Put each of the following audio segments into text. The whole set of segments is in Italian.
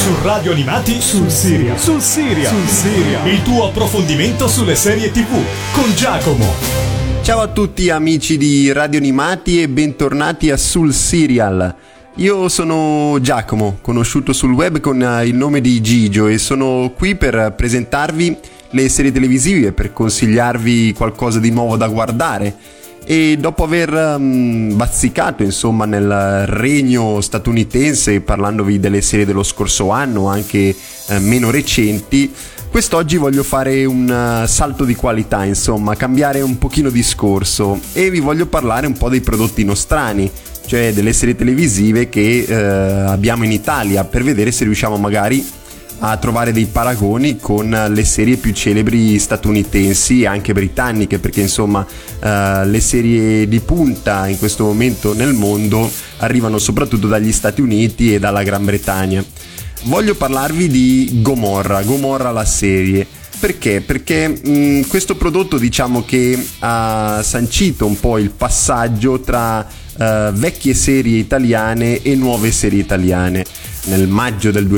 Su Radio Animati sul Serial. Il tuo approfondimento sulle serie TV con Giacomo. Ciao a tutti amici di Radio Animati e bentornati a Sul Serial. Io sono Giacomo, conosciuto sul web con il nome di Gigio, e sono qui per presentarvi le serie televisive, per consigliarvi qualcosa di nuovo da guardare. E dopo aver bazzicato insomma nel regno statunitense, parlandovi delle serie dello scorso anno, anche meno recenti, quest'oggi voglio fare un salto di qualità, insomma cambiare un pochino discorso, e vi voglio parlare un po' dei prodotti nostrani, cioè delle serie televisive che abbiamo in Italia, per vedere se riusciamo magari a trovare dei paragoni con le serie più celebri statunitensi e anche britanniche, perché insomma le serie di punta in questo momento nel mondo arrivano soprattutto dagli Stati Uniti e dalla Gran Bretagna. Voglio parlarvi di Gomorra la serie. Perché? Perché questo prodotto, diciamo che ha sancito un po' il passaggio tra vecchie serie italiane e nuove serie italiane. Nel maggio del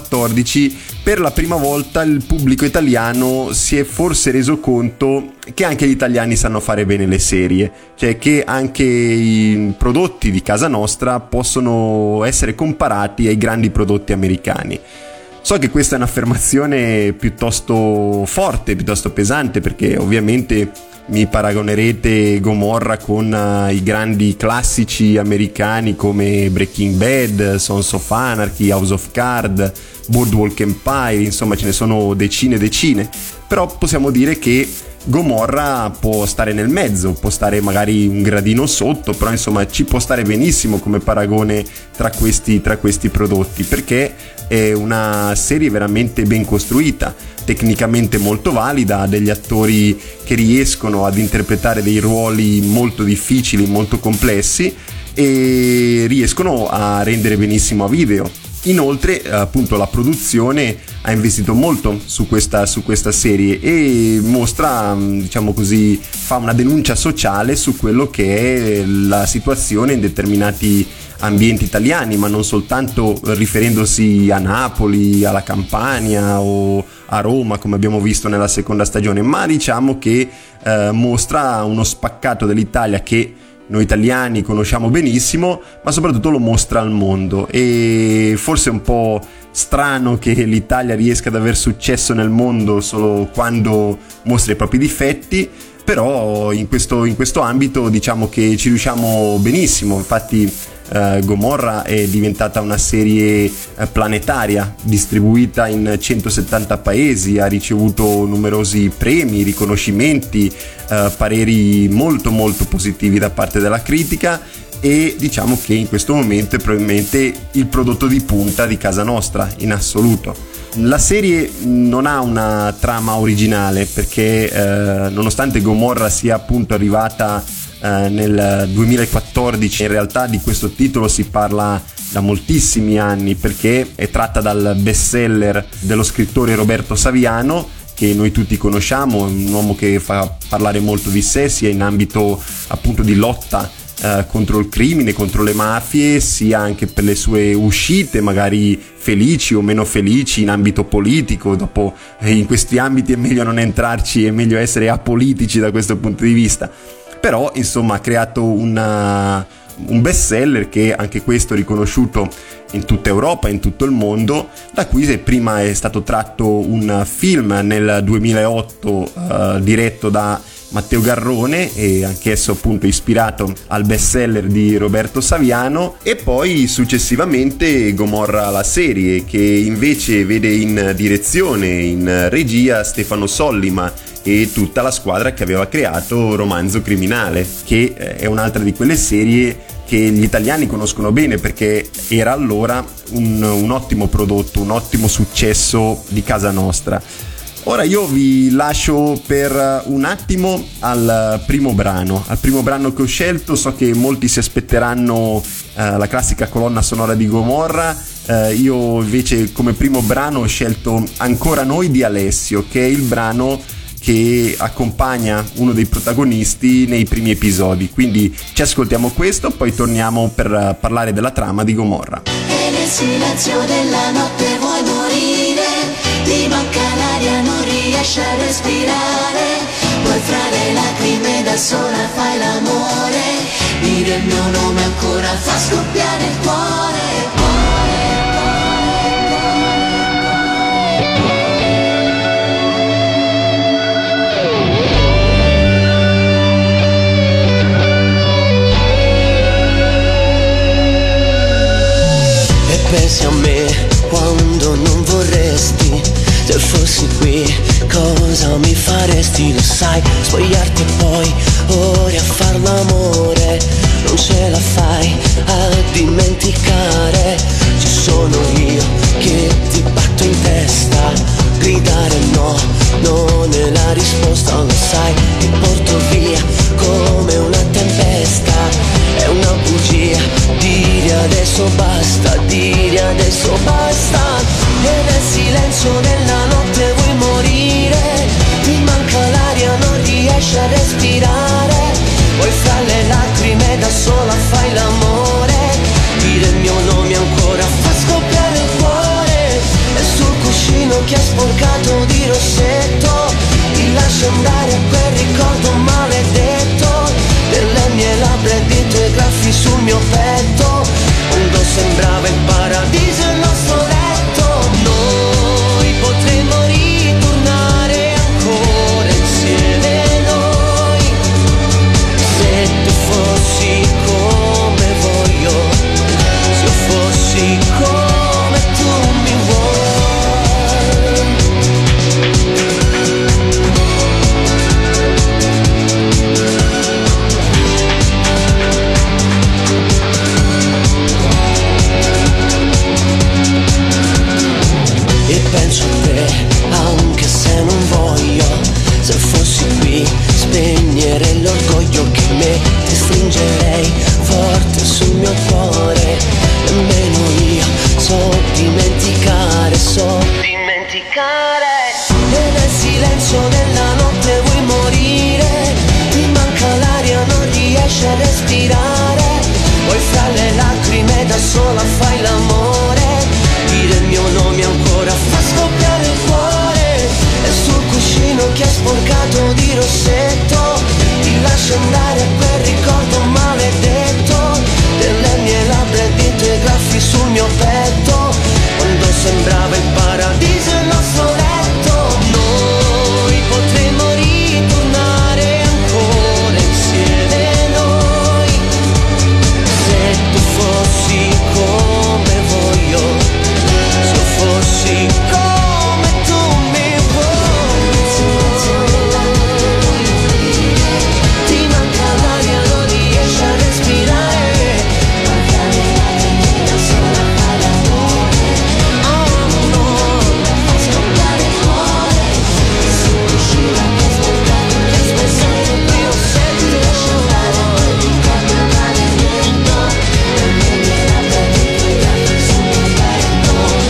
2014 per la prima volta il pubblico italiano si è forse reso conto che anche gli italiani sanno fare bene le serie, cioè che anche i prodotti di casa nostra possono essere comparati ai grandi prodotti americani. So che questa è un'affermazione piuttosto forte, piuttosto pesante, perché ovviamente mi paragonerete Gomorra con i grandi classici americani come Breaking Bad, Sons of Anarchy, House of Cards, Boardwalk Empire, insomma ce ne sono decine, però possiamo dire che Gomorra può stare nel mezzo, può stare magari un gradino sotto, però insomma ci può stare benissimo come paragone tra questi prodotti, perché è una serie veramente ben costruita, tecnicamente molto valida, degli attori che riescono ad interpretare dei ruoli molto difficili, molto complessi, e riescono a rendere benissimo a video. Inoltre appunto la produzione ha investito molto su questa serie e mostra, diciamo così, fa una denuncia sociale su quello che è la situazione in determinati ambienti italiani, ma non soltanto riferendosi a Napoli, alla Campania o a Roma come abbiamo visto nella seconda stagione, ma diciamo che mostra uno spaccato dell'Italia che noi italiani conosciamo benissimo, ma soprattutto lo mostra al mondo. E forse è un po' strano che l'Italia riesca ad aver successo nel mondo solo quando mostra i propri difetti, però in questo ambito diciamo che ci riusciamo benissimo. Infatti Gomorra è diventata una serie planetaria, distribuita in 170 paesi, ha ricevuto numerosi premi, riconoscimenti, pareri molto positivi da parte della critica, e diciamo che in questo momento è probabilmente il prodotto di punta di casa nostra in assoluto. La serie non ha una trama originale, perché nonostante Gomorra sia appunto arrivata nel 2014, in realtà di questo titolo si parla da moltissimi anni, perché è tratta dal bestseller dello scrittore Roberto Saviano, che noi tutti conosciamo, è un uomo che fa parlare molto di sé, sia in ambito appunto di lotta contro il crimine, contro le mafie, sia anche per le sue uscite magari felici o meno felici in ambito politico. Dopo in questi ambiti è meglio non entrarci, è meglio essere apolitici da questo punto di vista, però insomma ha creato un bestseller che anche questo è riconosciuto in tutta Europa, in tutto il mondo, da cui prima è stato tratto un film nel 2008 diretto da Matteo Garrone, e anch'esso appunto ispirato al bestseller di Roberto Saviano, e poi successivamente Gomorra la serie, che invece vede in direzione, in regia Stefano Sollima e tutta la squadra che aveva creato Romanzo Criminale, che è un'altra di quelle serie che gli italiani conoscono bene, perché era allora un ottimo prodotto, un ottimo successo di casa nostra. Ora io vi lascio per un attimo al primo brano che ho scelto. So che molti si aspetteranno la classica colonna sonora di Gomorra, io invece come primo brano ho scelto Ancora noi di Alessio, che è il brano che accompagna uno dei protagonisti nei primi episodi. Quindi ci ascoltiamo questo, poi torniamo per parlare della trama di Gomorra. E nel silenzio della notte vuoi riesce a respirare, poi fra le lacrime da sola fai l'amore, dire il mio nome ancora fa scoppiare il cuore. Pensi a me quando non vorresti, se fossi qui cosa mi faresti, lo sai, spogliarti e poi ore a far l'amore, non ce la fai a dimenticare, ci sono io che ti batto in testa, gridare no, non è la risposta, lo sai, ti porto via come una tempesta, è una bugia, dire adesso basta, dire adesso basta, e nel silenzio della notte vuoi morire, ti manca l'aria, non riesci a respirare, poi fra le lacrime da sola fai l'amore, dire il mio nome ancora fa scoppiare il cuore, e sul cuscino che hai sporcato di rossetto, ti lascio andare a quel ricordo maledetto, delle mie labbra e dei tuoi graffi sul mio petto, quando sembrava il paradiso il nostro letto, noi potremmo ritornare ancora insieme noi, se tu fossi come voglio, se io fossi come tu mi vuoi. E penso a te, anche se non voglio, se fossi qui, spegnere l'orgoglio che me ti stringerei forte sul mio cuore, nemmeno io so dimenticare, e nel silenzio della notte vuoi morire, ti manca l'aria, non riesci a respirare, poi fra le lacrime da sola fai l'amore, dire il mio nome ancora fa scoppiare il cuore, e sul cuscino che hai sporcato di rossetto, ti lascio andare a quel ricordo maledetto, delle mie labbra e dei tuoi graffi sul mio petto, quando sembrava il paradiso il nostro letto, noi potremmo ritornare ancora insieme noi, se tu fossi come voglio, se io fossi come tu mi vuoi, ti manca l'aria, non riesci a respirare, manca le lacrime da sola fai l'amore, oh no, fa scoppiare il cuore, sul cuscino che hai sporcato, che hai spezzato il mio setto, ti lascio andare a quel ricordo maledetto, nelle mie labbra e dei tuoi graffi sul mio petto,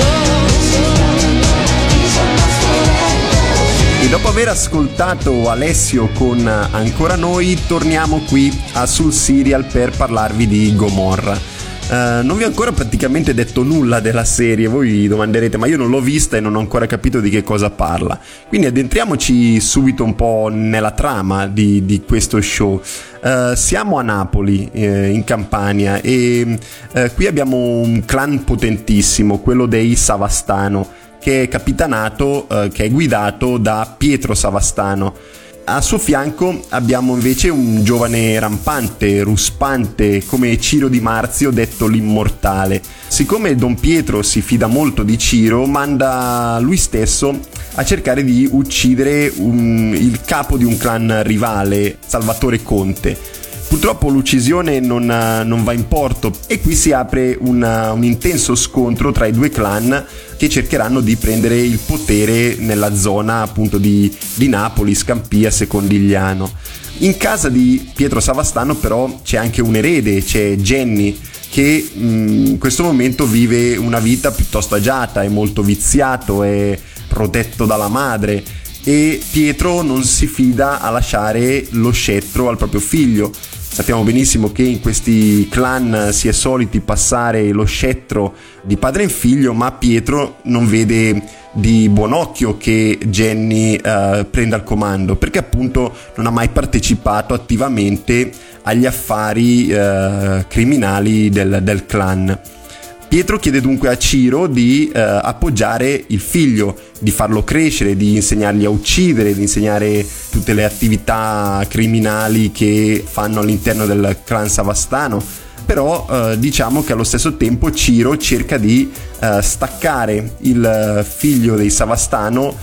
E dopo aver ascoltato Alessio con Ancora Noi, torniamo qui a Sul Serial per parlarvi di Gomorra. Non vi ho ancora praticamente detto nulla della serie, voi vi domanderete ma io non l'ho vista e non ho ancora capito di che cosa parla, quindi addentriamoci subito un po' nella trama di questo show. Siamo a Napoli, in Campania, e qui abbiamo un clan potentissimo, quello dei Savastano, che è capitanato, che è guidato da Pietro Savastano. A suo fianco abbiamo invece un giovane rampante, ruspante, come Ciro Di Marzio, detto l'Immortale. Siccome Don Pietro si fida molto di Ciro, manda lui stesso a cercare di uccidere il capo di un clan rivale, Salvatore Conte. Purtroppo l'uccisione non va in porto e qui si apre un intenso scontro tra i due clan che cercheranno di prendere il potere nella zona appunto di Napoli, Scampia, Secondigliano. In casa di Pietro Savastano però c'è anche un erede, c'è Genny, che in questo momento vive una vita piuttosto agiata, è molto viziato, è protetto dalla madre, e Pietro non si fida a lasciare lo scettro al proprio figlio. Sappiamo benissimo che in questi clan si è soliti passare lo scettro di padre in figlio, ma Pietro non vede di buon occhio che Jenny prenda il comando, perché appunto non ha mai partecipato attivamente agli affari criminali del clan. Pietro chiede dunque a Ciro di appoggiare il figlio, di farlo crescere, di insegnargli a uccidere, di insegnare tutte le attività criminali che fanno all'interno del clan savastano. Però diciamo che allo stesso tempo Ciro cerca di staccare il figlio dei Savastano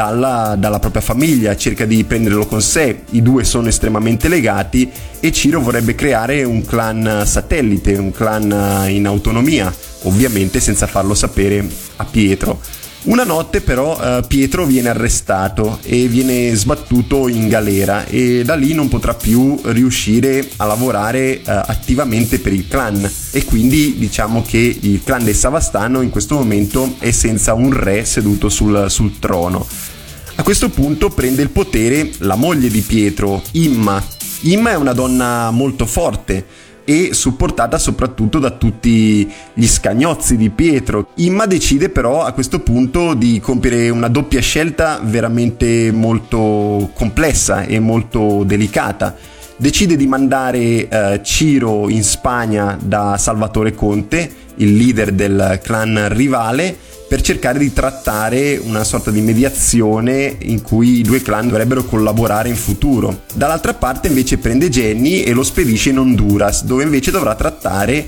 dalla propria famiglia, cerca di prenderlo con sé. I due sono estremamente legati e Ciro vorrebbe creare un clan satellite, un clan in autonomia, ovviamente senza farlo sapere a Pietro. Una notte però Pietro viene arrestato e viene sbattuto in galera, e da lì non potrà più riuscire a lavorare attivamente per il clan, e quindi diciamo che il clan dei Savastano in questo momento è senza un re seduto sul trono. A questo punto prende il potere la moglie di Pietro, Imma. Imma è una donna molto forte e supportata soprattutto da tutti gli scagnozzi di Pietro. Imma decide però a questo punto di compiere una doppia scelta veramente molto complessa e molto delicata. Decide di mandare Ciro in Spagna da Salvatore Conte, il leader del clan rivale, per cercare di trattare una sorta di mediazione in cui i due clan dovrebbero collaborare in futuro. Dall'altra parte invece prende Jenny e lo spedisce in Honduras, dove invece dovrà trattare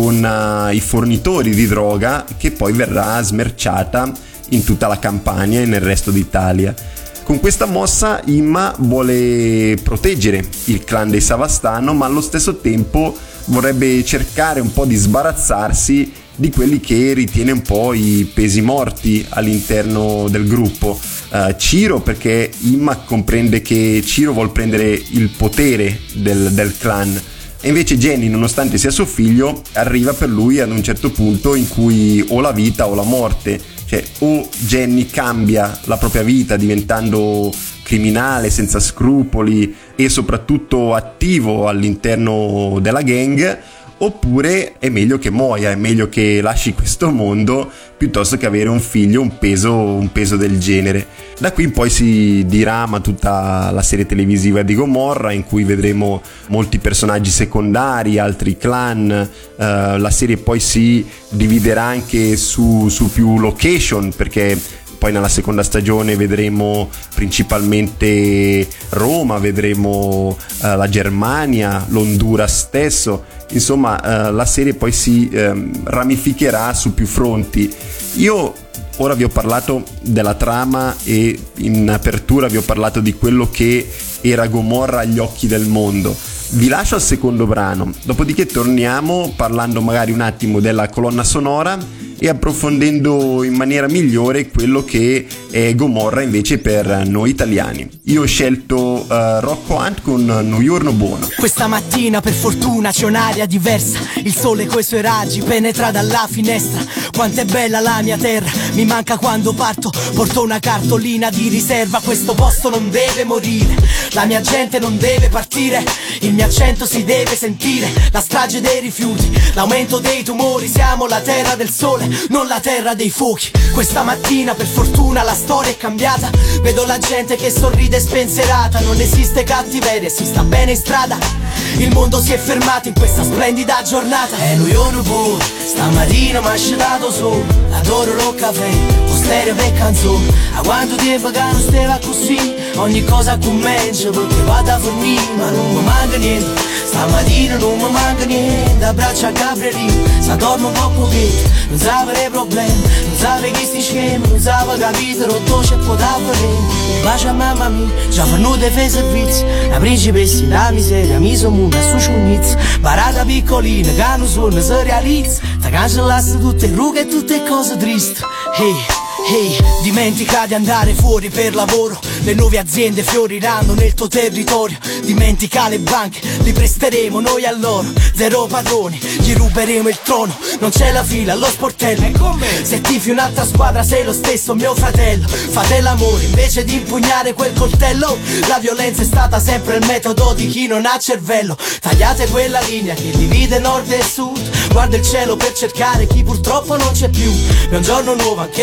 con i fornitori di droga, che poi verrà smerciata in tutta la Campania e nel resto d'Italia. Con questa mossa Imma vuole proteggere il clan dei Savastano, ma allo stesso tempo vorrebbe cercare un po' di sbarazzarsi di quelli che ritiene un po' i pesi morti all'interno del gruppo. Ciro, perché Imma comprende che Ciro vuol prendere il potere del clan, e invece Jenny, nonostante sia suo figlio, arriva per lui ad un certo punto in cui o la vita o la morte, cioè o Jenny cambia la propria vita diventando criminale senza scrupoli e soprattutto attivo all'interno della gang, oppure è meglio che muoia, è meglio che lasci questo mondo piuttosto che avere un figlio un peso del genere. Da qui in poi si dirama tutta la serie televisiva di Gomorra, in cui vedremo molti personaggi secondari, altri clan. La serie poi si dividerà anche su più location, perché poi nella seconda stagione vedremo principalmente Roma, vedremo la Germania, l'Honduras stesso. Insomma, la serie poi si ramificherà su più fronti. Io ora vi ho parlato della trama e in apertura vi ho parlato di quello che era Gomorra agli occhi del mondo. Vi lascio al secondo brano, dopodiché torniamo parlando magari un attimo della colonna sonora e approfondendo in maniera migliore quello che è Gomorra invece per noi italiani. Io ho scelto Rocco Hunt con Un giorno buono. Questa mattina per fortuna c'è un'aria diversa, il sole coi suoi raggi penetra dalla finestra. Quanto è bella la mia terra, mi manca quando parto, porto una cartolina di riserva. Questo posto non deve morire, la mia gente non deve partire, il mio accento si deve sentire. La strage dei rifiuti, l'aumento dei tumori, siamo la terra del sole, non la terra dei fuochi. Questa mattina per fortuna la storia è cambiata, vedo la gente che sorride spensierata. Non esiste cattiveria, si sta bene in strada, il mondo si è fermato in questa splendida giornata. E lui non può, stamattina m'ha scedato su, adoro lo caffè, o stereo per canzone. A quanto tempo che non stava così, ogni cosa comincia perché vado a fornire, ma non mi manca niente. Stamattina non mi manca niente, abbraccio a Gabrielino, se dormo un po' pochetto, non sapere problemi, non sapere chi sti schemi, non sapere capire rotto c'è può da fare. Un bacio a mamma mia, già venuto e fai servizi, la principessa, la miseria, mi sono munta su ciugnizzo, barata piccolina che non suona si realizza, ti cancellasse tutte rughe e tutte cose tristi. Hey, hey, dimentica di andare fuori per lavoro, le nuove aziende fioriranno nel tuo territorio. Dimentica le banche, li presteremo noi a loro, zero padroni, gli ruberemo il trono. Non c'è la fila allo sportello, se tifi un'altra squadra sei lo stesso mio fratello. Fate l'amore invece di impugnare quel coltello, la violenza è stata sempre il metodo di chi non ha cervello. Tagliate quella linea che divide nord e sud, guarda il cielo per cercare chi purtroppo non c'è più. È un giorno nuovo anche per loro,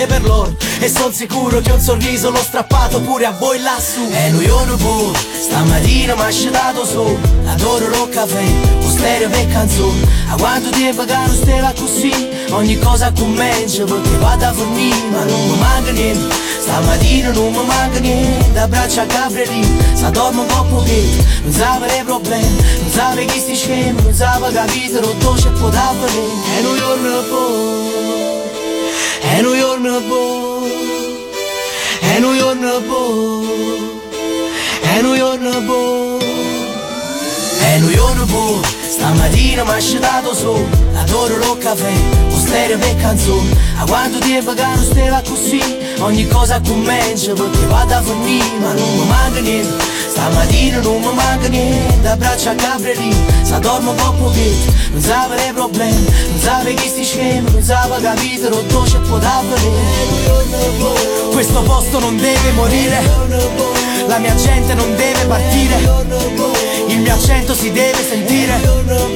giorno e son sicuro che un sorriso l'ho strappato pure a voi lassù. E noi io non può, stamattina m'ha dato solo, adoro lo caffè, o stereo per canzone. A quanto tempo che non stava così, ogni cosa comincia perché vado a fornire, ma non mi manca niente. Stamattina non mi manca niente, abbraccia a Gabrielino, sa dormo un po' pochetto, non sapere i problemi, non sapere chi sti scemi, non sapere capire rotto c'è può da venire. E noi giorno buono, e noi giorno buono, e noi giorno buono, e noi giorno buono, e noi giorno buono. Stamattina m'ha dato solo, adoro lo caffè, o stereo per canzone. A quanto tempo che non stava così, ogni cosa comincia perché vado a fornire, ma non mi manca niente. Stamattina non mi manca niente, abbraccia a Gabrielino, sa dormo un po' pochetto, non sapere i problemi, non sapere chi sti scemi, non sapere capire rotto c'è può da venire. Questo posto non deve morire, la mia gente non deve partire, il mio accento si deve sentire.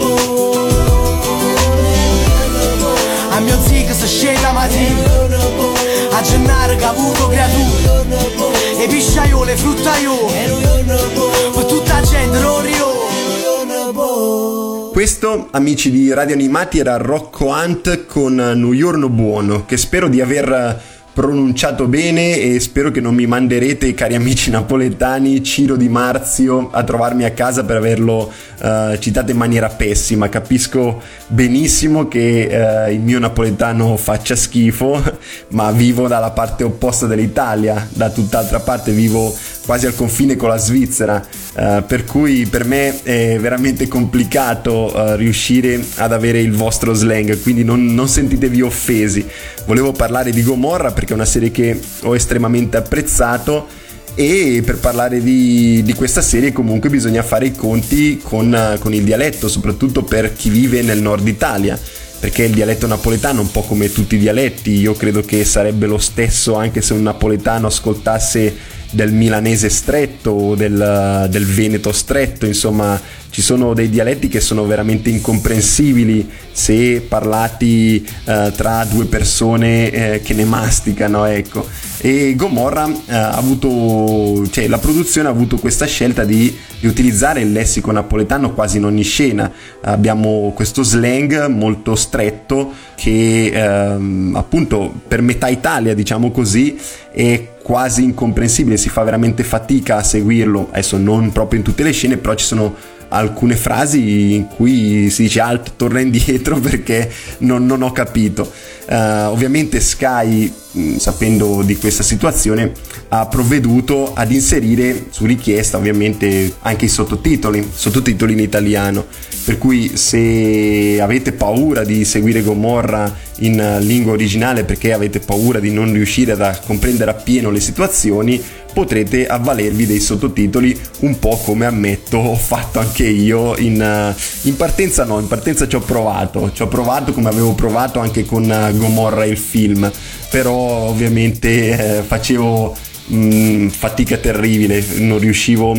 A mio zig si scende la mattina, a Gennaro che ha avuto creature, e pisciaiole, fruttaiole, per tutta la gente Rorio. Questo, amici di Radio Animati, era Rocco Hunt con Nu Giorno Buono, che spero di aver pronunciato bene e spero che non mi manderete, cari amici napoletani, Ciro Di Marzio a trovarmi a casa per averlo citato in maniera pessima. Capisco benissimo che il mio napoletano faccia schifo, ma vivo dalla parte opposta dell'Italia, da tutt'altra parte, vivo quasi al confine con la Svizzera, per cui per me è veramente complicato riuscire ad avere il vostro slang, quindi non sentitevi offesi. Volevo parlare di Gomorra perché è una serie che ho estremamente apprezzato, e per parlare di questa serie comunque bisogna fare i conti con il dialetto, soprattutto per chi vive nel nord Italia, perché il dialetto napoletano, un po' come tutti i dialetti, io credo che sarebbe lo stesso anche se un napoletano ascoltasse del milanese stretto o del veneto stretto. Insomma, ci sono dei dialetti che sono veramente incomprensibili se parlati tra due persone che ne masticano, ecco. E Gomorra ha avuto, cioè la produzione ha avuto questa scelta di utilizzare il lessico napoletano quasi in ogni scena. Abbiamo questo slang molto stretto che appunto per metà Italia, diciamo così, è quasi incomprensibile, si fa veramente fatica a seguirlo. Adesso non proprio in tutte le scene, però ci sono alcune frasi in cui si dice alt, torna indietro perché non ho capito. Ovviamente Sky, sapendo di questa situazione, ha provveduto ad inserire su richiesta ovviamente anche i sottotitoli in italiano, per cui se avete paura di seguire Gomorra in lingua originale perché avete paura di non riuscire a comprendere appieno le situazioni, potrete avvalervi dei sottotitoli, un po' come ammetto ho fatto anche io in partenza. In partenza ci ho provato come avevo provato anche con Gomorra il film, però ovviamente facevo fatica terribile, non riuscivo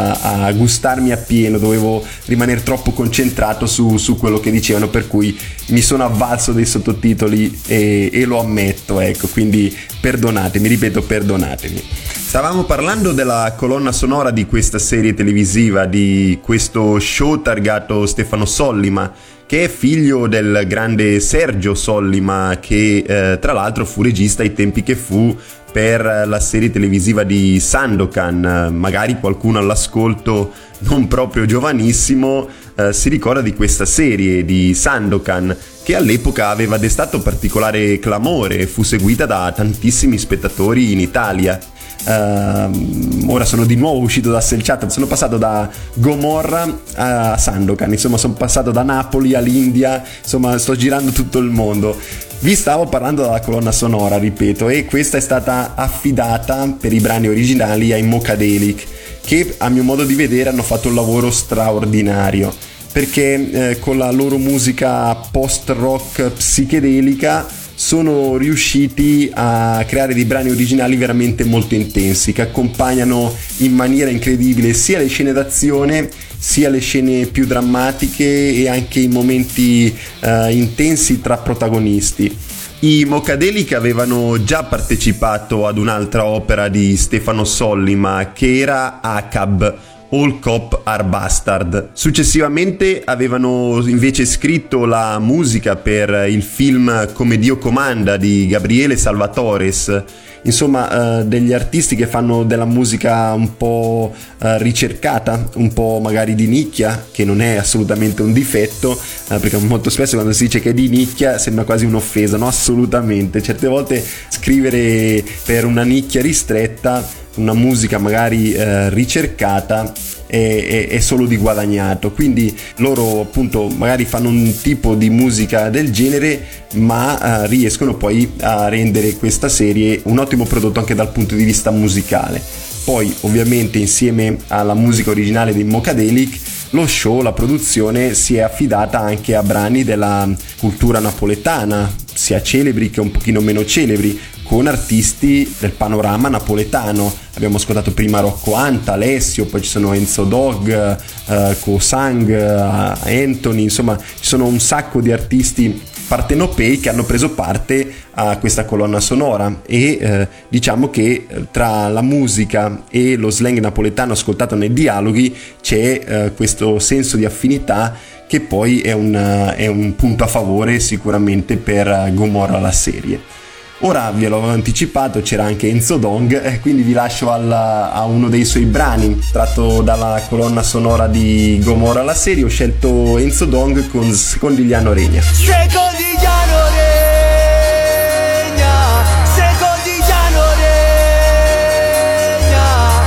a gustarmi appieno, dovevo rimanere troppo concentrato su quello che dicevano, per cui mi sono avvalso dei sottotitoli e lo ammetto, ecco, quindi perdonatemi. Stavamo parlando della colonna sonora di questa serie televisiva, di questo show targato Stefano Sollima, che è figlio del grande Sergio Sollima, che tra l'altro fu regista ai tempi che fu per la serie televisiva di Sandokan. Magari qualcuno all'ascolto non proprio giovanissimo si ricorda di questa serie di Sandokan, che all'epoca aveva destato particolare clamore e fu seguita da tantissimi spettatori in Italia. Ora sono di nuovo uscito da Selciato, sono passato da Gomorra a Sandokan, insomma sono passato da Napoli all'India, insomma sto girando tutto il mondo. Vi stavo parlando della colonna sonora, ripeto, e questa è stata affidata per i brani originali ai Mokadelic, che a mio modo di vedere hanno fatto un lavoro straordinario, perché con la loro musica post-rock psichedelica sono riusciti a creare dei brani originali veramente molto intensi, che accompagnano in maniera incredibile sia le scene d'azione sia le scene più drammatiche e anche i momenti intensi tra protagonisti. I Mocadelic avevano già partecipato ad un'altra opera di Stefano Sollima che era ACAB, All Cop Are Bastard. Successivamente avevano invece scritto la musica per il film Come Dio comanda di Gabriele Salvatores. Insomma, degli artisti che fanno della musica un po' ricercata, un po' magari di nicchia, che non è assolutamente un difetto, perché molto spesso quando si dice che è di nicchia sembra quasi un'offesa. No, assolutamente. Certe volte scrivere per una nicchia ristretta una musica magari ricercata è solo di guadagnato. Quindi loro appunto magari fanno un tipo di musica del genere, ma riescono poi a rendere questa serie un ottimo prodotto anche dal punto di vista musicale. Poi ovviamente insieme alla musica originale dei Mocadelic, lo show, la produzione si è affidata anche a brani della cultura napoletana, sia celebri che un pochino meno celebri, con artisti del panorama napoletano. Abbiamo ascoltato prima Rocco Anta, Alessio, poi ci sono Enzo Dog, Kosang, Anthony, insomma ci sono un sacco di artisti partenopei che hanno preso parte a questa colonna sonora e diciamo che tra la musica e lo slang napoletano ascoltato nei dialoghi c'è questo senso di affinità che poi è un punto a favore sicuramente per Gomorra la serie. Ora ve l'ho anticipato, c'era anche Enzo Dong, quindi vi lascio a uno dei suoi brani tratto dalla colonna sonora di Gomorra la serie. Ho scelto Enzo Dong con Secondigliano Regna. Secondigliano regna, secondigliano regna,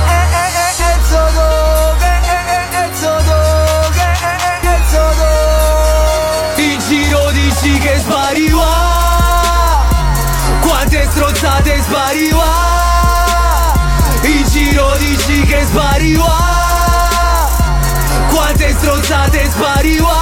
Enzo Dong, Enzo Dong, Enzo Dong. In giro dici che spari qua, quante strozzate spari qua, in giro dici che spari qua, quante strozzate spari qua,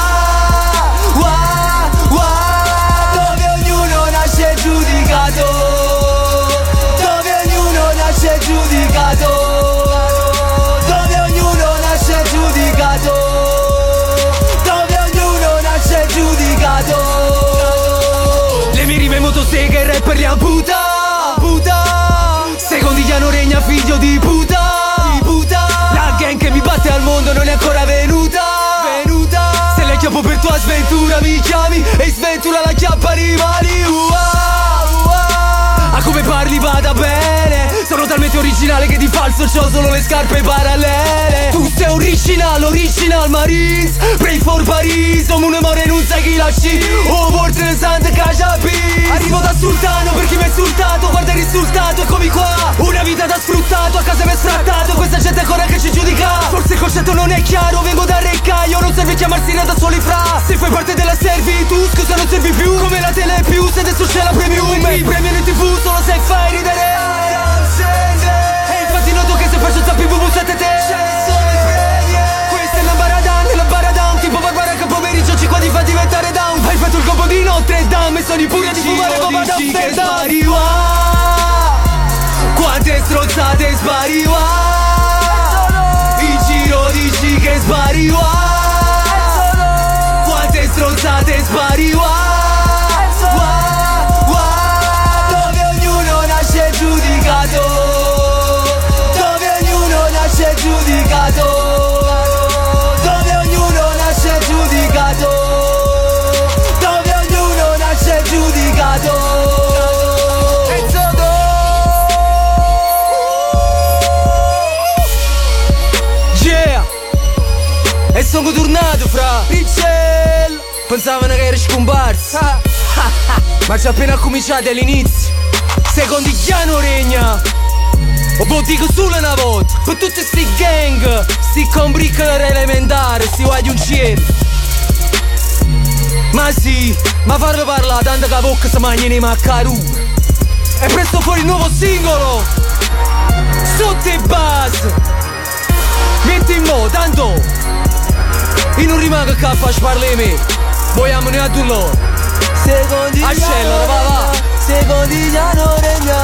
dove ognuno nasce giudicato, dove ognuno nasce giudicato, dove ognuno nasce giudicato, dove ognuno nasce giudicato. Le mie rime motoseghe e rapper li amputa, Secondigliano regna figlio di puta, la gang che mi batte al mondo non è ancora venuta. Se le chiappo per tua sventura mi chiami e sventura la chiappa rivali. A come parli vada bene, sono talmente originale che di falso c'ho solo le scarpe parallele. Tu sei original Marines, pray for Paris, o un amore non sai chi lasci, o forse Santa Caciapi. Arrivo da sultano per chi mi ha insultato, guarda il risultato, eccomi qua. Una vita da sfruttato, a casa mi è sfrattato, questa gente ancora che ci giudica. Forse il concetto non è chiaro, vengo da Reccaio, non serve chiamarsi da soli fra. Se fai parte della servitù, scusa non servi più, come la tele più, se adesso c'è la premium. Mi premiano in tv solo se fai ridere. E infatti noto che se faccio zappi bubu7 te questa è la baradan, tipo Barbara che pomeriggio 5 ti fa diventare down. Hai fatto il colpo di Notre Dame e sono pure di fumare bomba da Amsterdam. Quante strozzate spari qua, in giro dici che spari qua, quante strozzate spari qua, dove ognuno nasce giudicato, dove ognuno nasce giudicato, dove ognuno nasce giudicato, dove ognuno nasce giudicato. E sono tornato fra Ricciel, pensavano che eri scomparso, ma c'è appena cominciato all'inizio. Secondigliano regna, o lo dico solo una volta, per tutti sti gang, sti combriccoli elementari, sti guagliuncieri. Ma sì, ma farlo parlare tanto che la bocca si mangia nei maccaroni. E presto fuori il nuovo singolo, sotto i base, metti in modo, tanto io non rimango qua a far parlare di me, vogliamo noi a tu loro. Secondigliano, va. Secondigliano regna,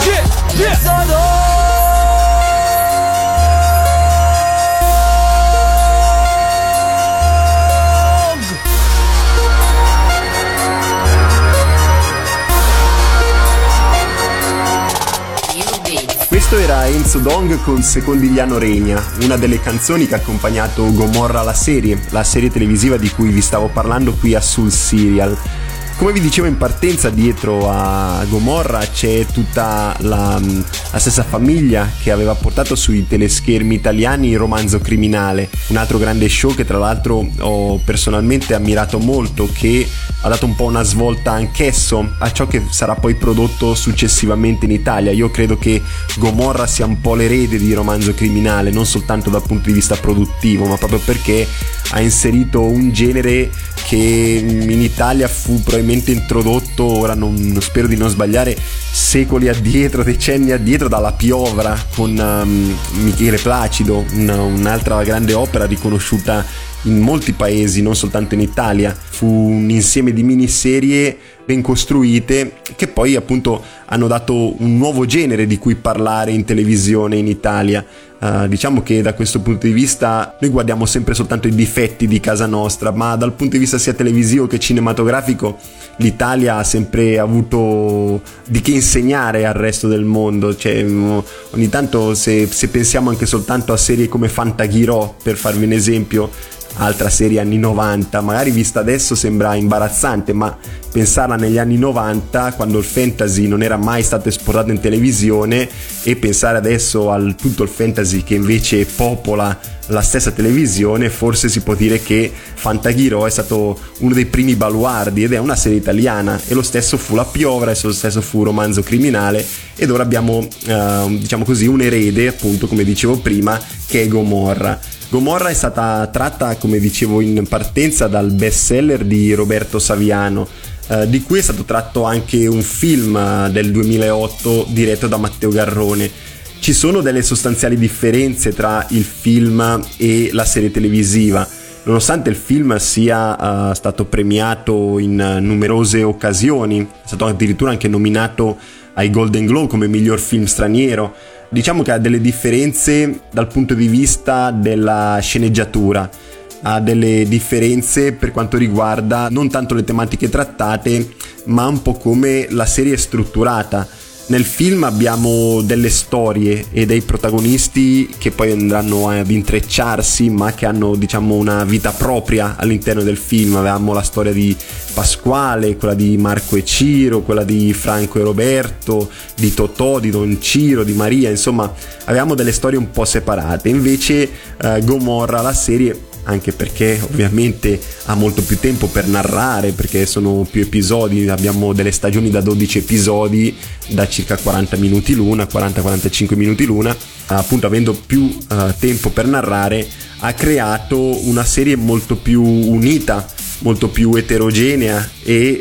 Questo era Enzo Dong con Secondigliano Regna, una delle canzoni che ha accompagnato Gomorra la serie televisiva di cui vi stavo parlando qui a Sul Serial. Come vi dicevo in partenza, dietro a Gomorra c'è tutta la stessa famiglia che aveva portato sui teleschermi italiani Romanzo Criminale, un altro grande show che tra l'altro ho personalmente ammirato molto, che ha dato un po' una svolta anch'esso a ciò che sarà poi prodotto successivamente in Italia. Io credo che Gomorra sia un po' l'erede di Romanzo Criminale, non soltanto dal punto di vista produttivo, ma proprio perché ha inserito un genere che in Italia fu probabilmente introdotto, ora non spero di non sbagliare, secoli addietro, decenni addietro, dalla Piovra con Michele Placido, un'altra grande opera riconosciuta in molti paesi, non soltanto in Italia. Fu un insieme di miniserie ben costruite che poi appunto hanno dato un nuovo genere di cui parlare in televisione in Italia. Diciamo che da questo punto di vista noi guardiamo sempre soltanto i difetti di casa nostra, ma dal punto di vista sia televisivo che cinematografico l'Italia ha sempre avuto di che insegnare al resto del mondo. Cioè, ogni tanto se pensiamo anche soltanto a serie come Fantaghirò, per farvi un esempio, altra serie anni 90, magari vista adesso sembra imbarazzante, ma pensarla negli anni 90, quando il fantasy non era mai stato esportato in televisione, e pensare adesso al tutto il fantasy che invece popola la stessa televisione, forse si può dire che Fantaghirò è stato uno dei primi baluardi, ed è una serie italiana, e lo stesso fu La Piovra, e lo stesso fu Romanzo Criminale, ed ora abbiamo diciamo così un erede, appunto, come dicevo prima, che è Gomorra. Gomorra è stata tratta, come dicevo in partenza, dal bestseller di Roberto Saviano, di cui è stato tratto anche un film del 2008 diretto da Matteo Garrone. Ci sono delle sostanziali differenze tra il film e la serie televisiva. Nonostante il film sia stato premiato in numerose occasioni, è stato addirittura anche nominato ai Golden Globe come miglior film straniero, diciamo che ha delle differenze dal punto di vista della sceneggiatura, ha delle differenze per quanto riguarda non tanto le tematiche trattate, ma un po' come la serie è strutturata. Nel film abbiamo delle storie e dei protagonisti che poi andranno ad intrecciarsi, ma che hanno, diciamo, una vita propria all'interno del film. Avevamo la storia di Pasquale, quella di Marco e Ciro, quella di Franco e Roberto, di Totò, di Don Ciro, di Maria, insomma avevamo delle storie un po' separate. Invece Gomorra, la serie, anche perché ovviamente ha molto più tempo per narrare, perché sono più episodi, abbiamo delle stagioni da 12 episodi, da circa 40 minuti l'una, 40-45 minuti l'una, appunto avendo più tempo per narrare, ha creato una serie molto più unita, molto più eterogenea e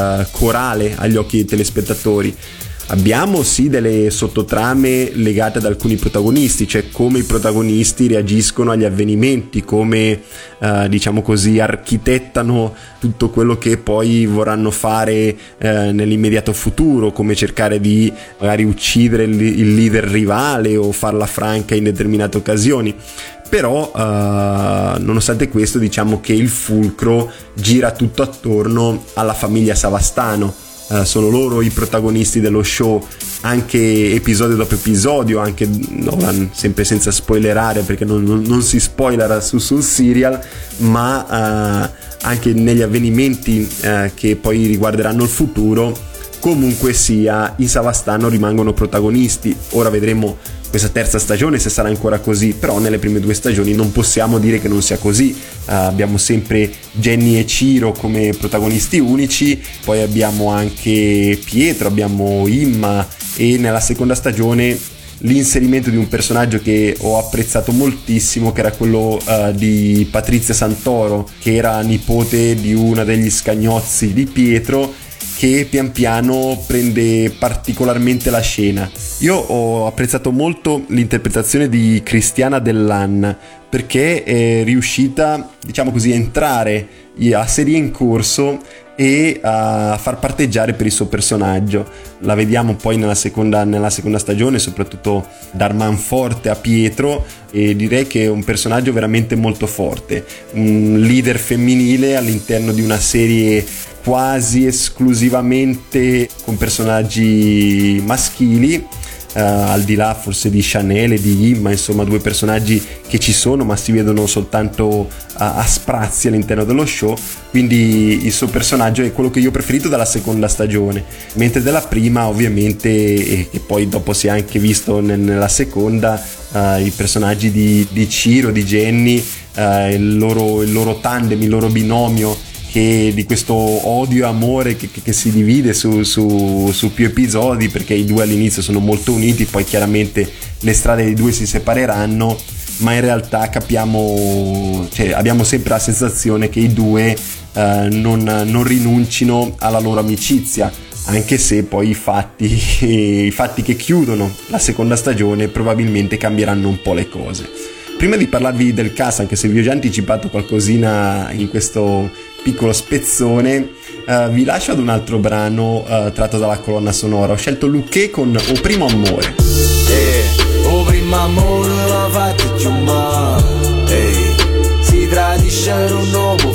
corale agli occhi dei telespettatori. Abbiamo sì delle sottotrame legate ad alcuni protagonisti, cioè come i protagonisti reagiscono agli avvenimenti, come diciamo così architettano tutto quello che poi vorranno fare nell'immediato futuro, come cercare di magari uccidere il leader rivale o farla franca in determinate occasioni. Però nonostante questo, diciamo che il fulcro gira tutto attorno alla famiglia Savastano. Sono loro i protagonisti dello show, anche episodio dopo episodio, anche sempre senza spoilerare, perché non si spoilera sul serial, ma anche negli avvenimenti che poi riguarderanno il futuro. Comunque sia, i Savastano rimangono protagonisti. Ora vedremo questa terza stagione se sarà ancora così, però nelle prime due stagioni non possiamo dire che non sia così. Abbiamo sempre Jenny e Ciro come protagonisti unici, poi abbiamo anche Pietro, abbiamo Imma, e nella seconda stagione l'inserimento di un personaggio che ho apprezzato moltissimo, che era quello di Patrizia Santoro, che era nipote di uno degli scagnozzi di Pietro, che pian piano prende particolarmente la scena. Io ho apprezzato molto l'interpretazione di Cristiana Dellanne, perché è riuscita, diciamo così, a entrare a serie in corso e a far parteggiare per il suo personaggio. La vediamo poi nella seconda stagione soprattutto dar man forte a Pietro, e direi che è un personaggio veramente molto forte, un leader femminile all'interno di una serie quasi esclusivamente con personaggi maschili. al di là forse di Chanel e di Imma, insomma 2 personaggi che ci sono ma si vedono soltanto a sprazzi all'interno dello show, quindi il suo personaggio è quello che io ho preferito dalla seconda stagione, mentre della prima ovviamente, e che poi dopo si è anche visto nella seconda, i personaggi di Ciro, di Jenny, il loro tandem, il loro binomio, che di questo odio e amore che si divide su più episodi, perché i due all'inizio sono molto uniti, poi chiaramente le strade dei due si separeranno, ma in realtà abbiamo sempre la sensazione che i due non rinuncino alla loro amicizia, anche se poi i fatti che chiudono la seconda stagione probabilmente cambieranno un po' le cose. Prima di parlarvi del cast, anche se vi ho già anticipato qualcosina in questo piccolo spezzone, vi lascio ad un altro brano tratto dalla colonna sonora. Ho scelto Luché con O Primo Amore. O primo amore l'ha fatto chiamare, si tradisce non può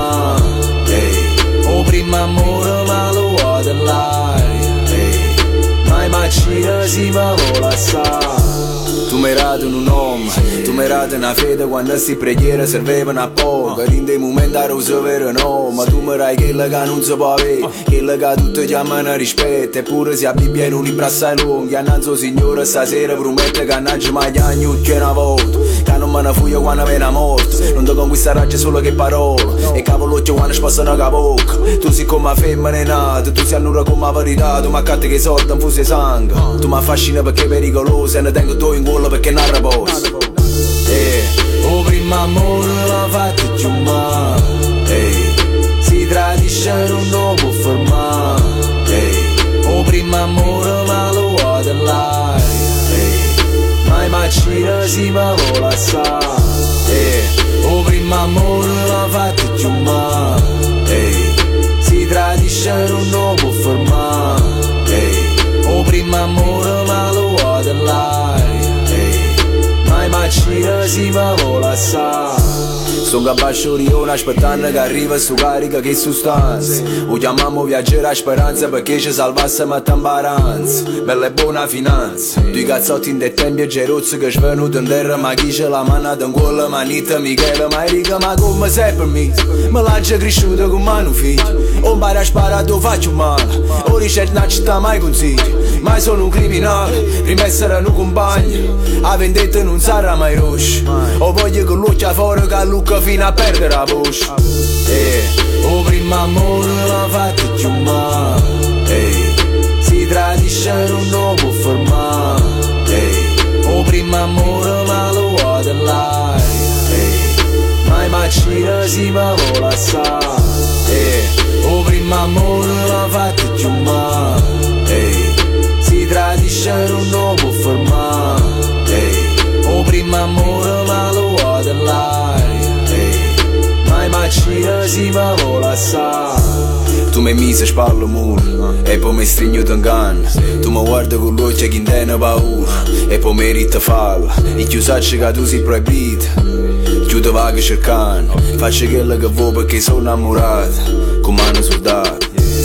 fermare, o primo amore ma lo vuoi dell'aria, mai macina si ma vuole assare. Tu mi radi un uomo, tu mi radi una fede quando sti preghiere servevano a poco, in dei momenti a rosa vero no, ma tu mi rai quella che non si può avere, quella che tutti chiamano rispetto, eppure se a Bibbia in un libro assai lunghi, annanzo signore stasera promette che non ci mai agnucchi una volta, che non me ne fuio quando viene a morte, non ti conquista solo che parole, e cavolocchio quando spassano la bocca, tu sei come femmina è nata, tu sei annura come la verità, tu mi accatti che sorda in fuso sangue, tu mi affascina perché è pericoloso e ne tengo tu in cuore perché non riposo. O primo amore l'ha fatto chiamare, si tradisce non può fermare, o primo amore ma lo vuoi dell'aria, mai macina si ma vuole assare, o primo amore l'ha fatto chiamare, si tradisce non può fermare, o primo amore ma lo vuoi dell'aria, mai macina si ma vuole assare. Sto capace orione aspettando che arriva sto carica che sostanza, o chiamiamo viaggiare a speranza perché ci salvassimo a tambaranza, bella e buona finanza, due cazzotti in dei tempi e gerozzi che svenuto in terra, ma chi ce l'ha manata in quella manita, Michele, ma Erika, ma come sei per me? Me l'ha già cresciuto come un figlio, o impari a sparare dove faccio male, o ricetta una città mai consiglio, mai sono un criminale, prima essere un compagno, a vendetta non sarà mai rosso, o voglio che l'occhio fuori che lucca fino a perdere la voce, o primo amore l'ha fatto chiamare, si tradisce non può fermare, o primo amore ma lo vuoi dell'aria, mai macina si ma vuole assare, o primo amore l'ha fatto chiamare, si tradisce non può fermare, o primo amore ma lo vuoi dell'aria, mai macina si ma vuole assare. Tu mi mise spalle muro e poi mi stringo t'inganno, tu mi guardi con l'occhio che non tiene paura e poi mi rita falla, e chiusacci che tu sei proibito, chiudo vaga cercando, faccio quello che vuoi perché sono innamorato come un soldato.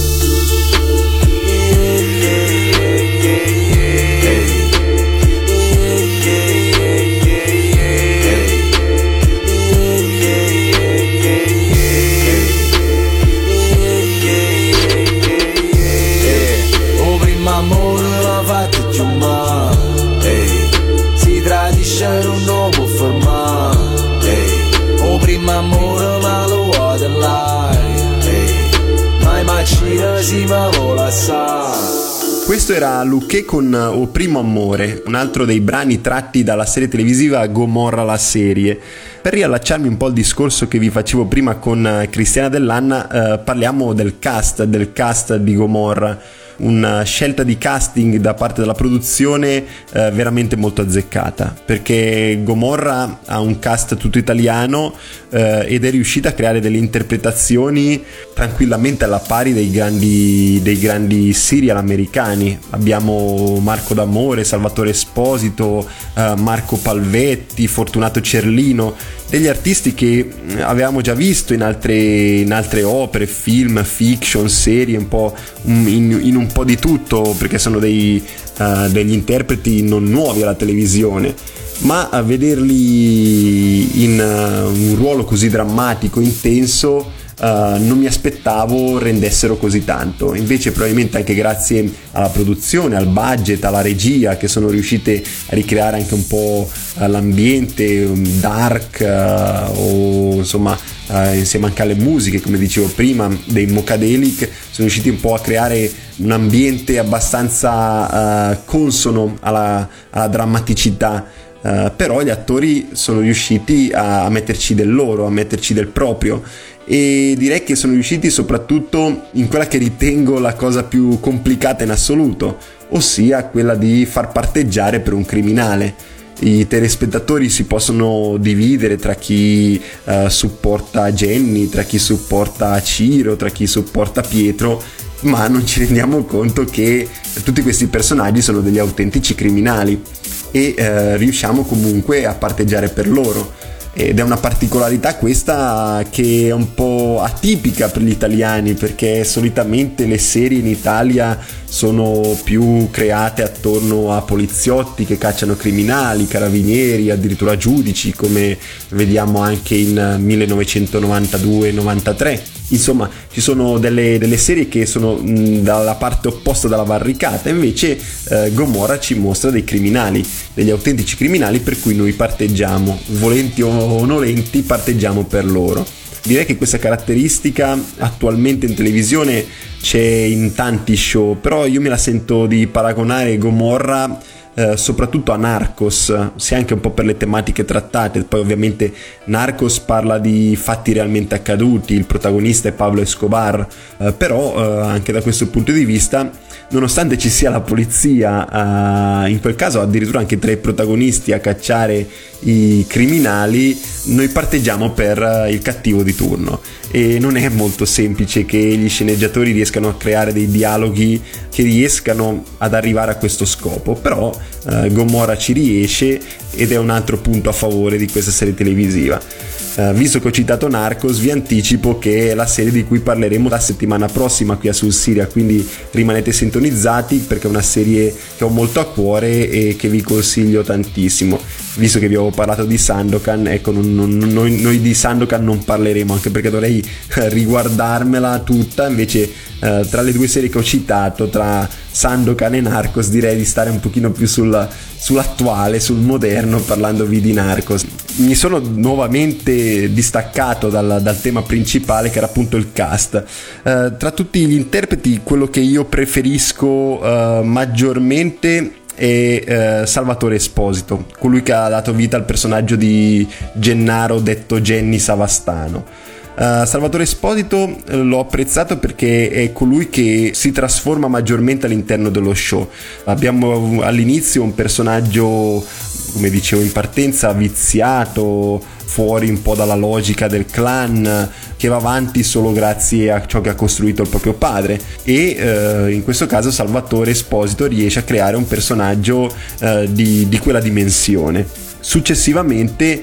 Non può fermare, o primo amore ma lo vuoi dell'aria, mai macina si ma vuole assare. Questo era Luché con O Primo Amore, un altro dei brani tratti dalla serie televisiva Gomorra la serie. Per riallacciarmi un po' al discorso che vi facevo prima con Cristiana Dell'Anna, parliamo del cast di Gomorra. Una scelta di casting da parte della produzione veramente molto azzeccata, perché Gomorra ha un cast tutto italiano ed è riuscita a creare delle interpretazioni tranquillamente alla pari dei grandi serial americani. Abbiamo Marco D'Amore, Salvatore Esposito, Marco Palvetti, Fortunato Cerlino, degli artisti che avevamo già visto in altre opere, film, fiction, serie, un po' in un un po' di tutto, perché sono degli interpreti non nuovi alla televisione, ma a vederli in un ruolo così drammatico, intenso, non mi aspettavo rendessero così tanto. Invece probabilmente anche grazie alla produzione, al budget, alla regia, che sono riuscite a ricreare anche un po' l'ambiente dark, o insomma insieme anche alle musiche, come dicevo prima, dei Mocadelic, sono riusciti un po' a creare un ambiente abbastanza consono alla drammaticità. Però gli attori sono riusciti a metterci del loro, a metterci del proprio, e direi che sono riusciti soprattutto in quella che ritengo la cosa più complicata in assoluto, ossia quella di far parteggiare per un criminale. I telespettatori si possono dividere tra chi supporta Jenny, tra chi supporta Ciro, tra chi supporta Pietro, ma non ci rendiamo conto che tutti questi personaggi sono degli autentici criminali, e riusciamo comunque a parteggiare per loro. Ed è una particolarità questa che è un po' atipica per gli italiani, perché solitamente le serie in Italia sono più create attorno a poliziotti che cacciano criminali, carabinieri, addirittura giudici, come vediamo anche in 1992-93. Insomma, ci sono delle serie che sono dalla parte opposta della barricata. Invece Gomorra ci mostra dei criminali, degli autentici criminali, per cui noi parteggiamo, volenti o nolenti, parteggiamo per loro. Direi che questa caratteristica attualmente in televisione c'è in tanti show, però io me la sento di paragonare Gomorra soprattutto a Narcos, sia anche un po' per le tematiche trattate. Poi ovviamente Narcos parla di fatti realmente accaduti, il protagonista è Pablo Escobar, però anche da questo punto di vista, nonostante ci sia la polizia, in quel caso addirittura anche tra i protagonisti, a cacciare i criminali, noi parteggiamo per il cattivo di turno. E non è molto semplice che gli sceneggiatori riescano a creare dei dialoghi che riescano ad arrivare a questo scopo, però Gomorra ci riesce, ed è un altro punto a favore di questa serie televisiva. Visto che ho citato Narcos, vi anticipo che è la serie di cui parleremo la settimana prossima qui a Sul Siria, quindi rimanete sintonizzati, perché è una serie che ho molto a cuore e che vi consiglio tantissimo. Visto che vi avevo parlato di Sandokan, ecco, noi di Sandokan non parleremo, anche perché dovrei riguardarmela tutta. Invece tra le due serie che ho citato, tra Sandokan e Narcos, direi di stare un pochino più sull'attuale, sul moderno, parlandovi di Narcos. Mi sono nuovamente distaccato dal tema principale, che era appunto il cast. Tra tutti gli interpreti, quello che io preferisco maggiormente è Salvatore Esposito, colui che ha dato vita al personaggio di Gennaro, detto Jenny Savastano. Salvatore Esposito l'ho apprezzato perché è colui che si trasforma maggiormente all'interno dello show. Abbiamo all'inizio un personaggio, come dicevo in partenza, viziato, fuori un po' dalla logica del clan, che va avanti solo grazie a ciò che ha costruito il proprio padre, e in questo caso Salvatore Esposito riesce a creare un personaggio di quella dimensione. Successivamente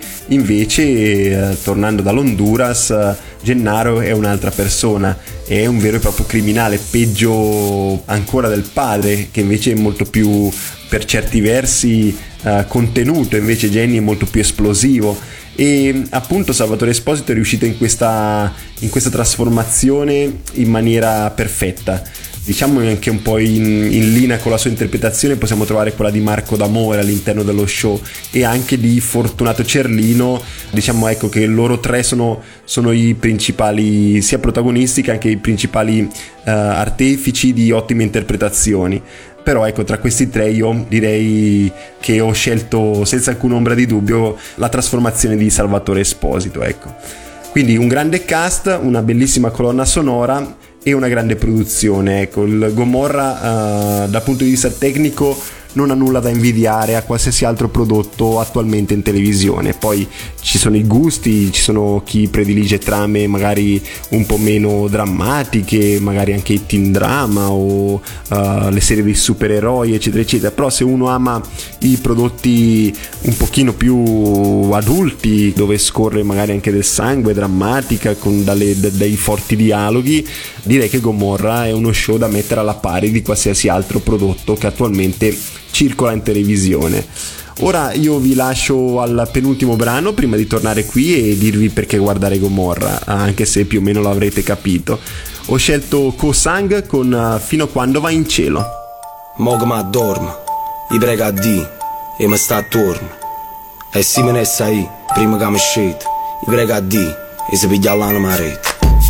invece, tornando dall'Honduras, Gennaro è un'altra persona, è un vero e proprio criminale, peggio ancora del padre, che invece è molto più, per certi versi, contenuto. Invece Jenny è molto più esplosivo, e appunto Salvatore Esposito è riuscito in questa trasformazione in maniera perfetta. Diciamo anche un po' in linea con la sua interpretazione possiamo trovare quella di Marco D'Amore all'interno dello show, e anche di Fortunato Cerlino. Diciamo, ecco, che loro tre sono i principali sia protagonisti che anche i principali artefici di ottime interpretazioni. Però ecco, tra questi tre io direi che ho scelto senza alcuna ombra di dubbio la trasformazione di Salvatore Esposito, ecco. Quindi un grande cast, una bellissima colonna sonora e una grande produzione. Ecco, il Gomorra dal punto di vista tecnico non ha nulla da invidiare a qualsiasi altro prodotto attualmente in televisione. Poi ci sono i gusti, ci sono chi predilige trame magari un po' meno drammatiche, magari anche i teen drama o le serie dei supereroi eccetera eccetera, però se uno ama i prodotti un pochino più adulti, dove scorre magari anche del sangue, drammatica, con dei forti dialoghi, direi che Gomorra è uno show da mettere alla pari di qualsiasi altro prodotto che attualmente circola in televisione. Ora io vi lascio al penultimo brano prima di tornare qui e dirvi perché guardare Gomorra, anche se più o meno lo avrete capito. Ho scelto Kosang con Fino a quando vai in cielo. Mo che m'addormo, i prega a Dio e mi sta attorno. E se me ne sai, prima che mi scete, i prega a Dio e si piglia l'anima rete.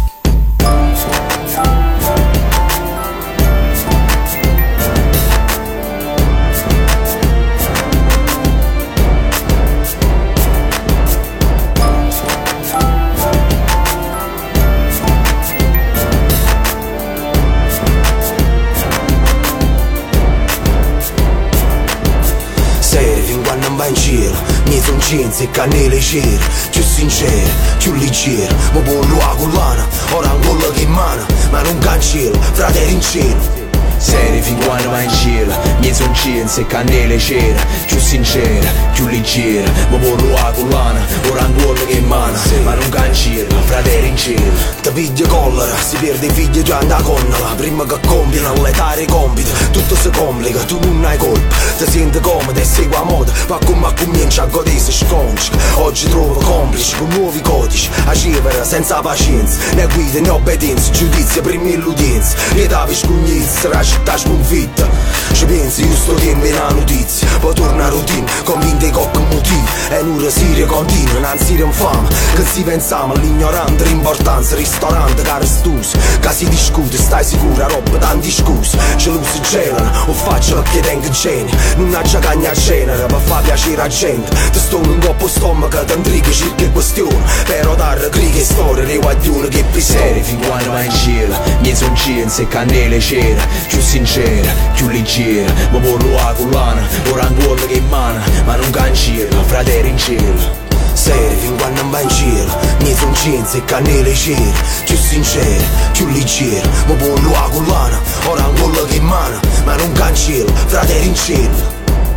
E cannelle cere, più sincere, più leggero. Ma buon luogo l'ana, ora ancora che mana, ma non cancella, fratelli in cielo. Serie fin quando vai in cielo, mie son cienze e cannelle c'era, più sincera, più leggera, ma buon luogo l'ana, ora ancora che mana, ma non cancella, fratelli in cielo. Ti piglia collera, si perde i figli già da connola, prima che compiono all'età i compiti, tutto si complica, tu non hai colpa, ti senti comodo e segui a moda, ma come comincia a godersi sconci. Oggi trovo complici con nuovi codici, a cifra senza pazienza, né guida né obbedienza, giudizio prima l'udienza, e davi scugnizza, la città sconfitta. Ci pensi, io sto tempo in una notizia, poi torna a routine, convinti con motivi, e un'ora seria continua, non si infame, che si pensiamo all'ignorante, l'importanza, ristorante, caro stuso, che si discute, stai sicura, roba tanti scusi, gelosi gelano, o faccio che tengo geni, non ha già cagna a cenere, per far piacere a gente, ti sto un coppo stomaco, ti intriga circa questione, però dare griga e storie, le guaglione che pistone. Fin quando vai in cielo, mie son cienze e cannelle c'era, più sincera, più leggera, ma buon luogo l'ana, ora ancora che mana, ma non cancella, fratelli in cielo. Serie fin quando non vai in cielo, mie son cienze e cannelle c'era, più sincera, più leggera, ma buon luogo l'ana, ora ancora che mana, ma non cancella, fratelli in cielo.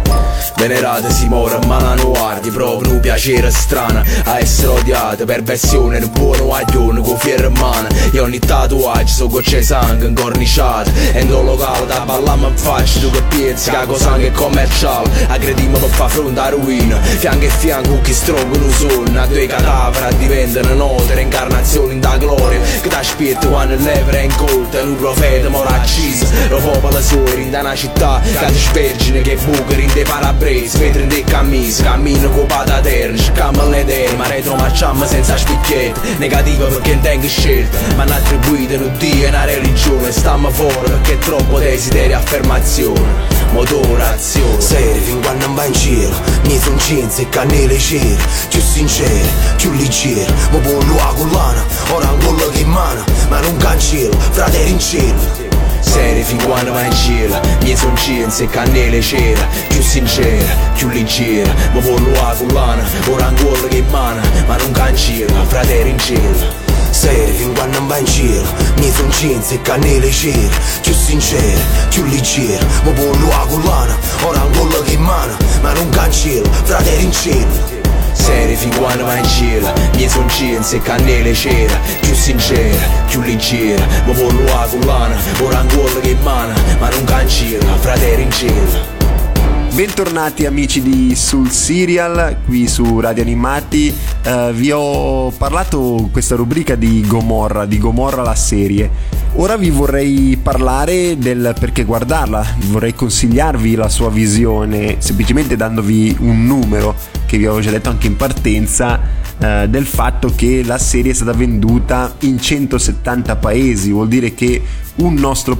Venerate si muore ma la guardi, proprio un piacere strano a essere odiato, perversione, un buono guaglione con fiera in mano. E ogni tatuaggio so gocce sangue incorniciato, e in un locale da ballare in faccia, tu che pensi che la cosa è commerciale, aggrediamo per far fronte alla ruina, fianco e fianco chi strongano sonno, a due cadaveri diventano note, reincarnazioni da gloria, che ti aspetta quando il levere è incolta, un profeta mora acciso, lo popolo solo in una città, che ti spergine che bucari in dei parabrezzi, vetri in dei camisi, cammino con pataterni, cercamo le idee, ma retromarciamo senza spicchiette, negativa perché non tengo scelta, ma non attribuite un Dio e una religione, stiamo fuori perché è troppo desiderio e affermazione, motorazione. Serie fin quando non vai in cielo, mie son cienze e cannelle c'era, più sincera, più leggera, ma buon luogo l'ana, ora ancora che mana, ma non cancella, fratelli in cielo. Serie fin quando vai in cielo, mie son cienze e cannelle c'era, più sincera, più leggera, ma buon luogo l'ana, ora ancora che mana, ma non cancella, fratelli in cielo. Serie fin quando non vai in cielo, mie son cienze e cannelle c'era, più sincera, più leggera, ma buon luogo l'ana, ora ancora che mana, ma non cancella, fratelli in cielo. Serie fin quando vai in cielo, mie son cienze e cannelle c'era, più sincera, più leggera, ma buon luogo l'ana, ora ancora che mana, ma non cancella, fratelli in cielo. Bentornati amici di Sul Serial, qui su Radio Animati. Vi ho parlato questa rubrica di Gomorra la serie. Ora vi vorrei parlare del perché guardarla, vorrei consigliarvi la sua visione, semplicemente dandovi un numero che vi avevo già detto anche in partenza, del fatto che la serie è stata venduta in 170 paesi, vuol dire che un nostro